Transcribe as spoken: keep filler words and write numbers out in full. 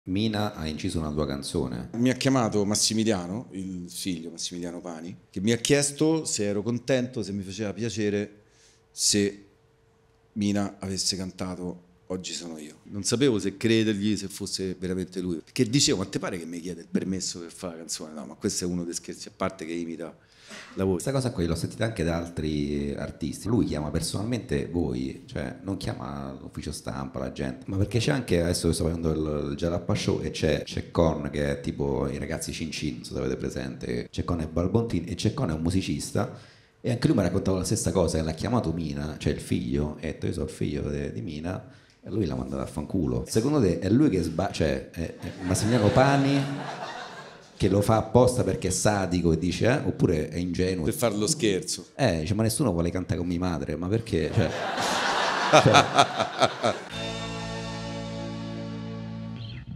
Mina ha inciso una tua canzone. Mi ha chiamato Massimiliano, il figlio Massimiliano Pani, che mi ha chiesto se ero contento, se mi faceva piacere se Mina avesse cantato Oggi sono io. Non sapevo se credergli, se fosse veramente lui. Perché dicevo, ma te pare che mi chiede il permesso per fare la canzone? No, ma questo è uno dei scherzi, a parte che imita la voce. Questa cosa qui l'ho sentita anche da altri artisti. Lui chiama personalmente voi, cioè non chiama l'ufficio stampa, la gente, ma perché c'è anche, adesso io sto vedendo il, il Jalappa Show e c'è Ceccon che è tipo i ragazzi Cin Cin, non so se avete presente. Ceccon è Balbontin e Ceccon è un musicista e anche lui mi ha raccontato la stessa cosa, che l'ha chiamato Mina, cioè il figlio, e ha detto io sono il figlio de, di Mina e lui l'ha mandato a fanculo. Secondo te è lui che sbaglia, cioè è, è Massimiliano Pani che lo fa apposta perché è sadico e dice eh? Oppure è ingenuo Per fare lo scherzo. eh dice ma nessuno vuole cantare con mia madre, ma perché cioè, cioè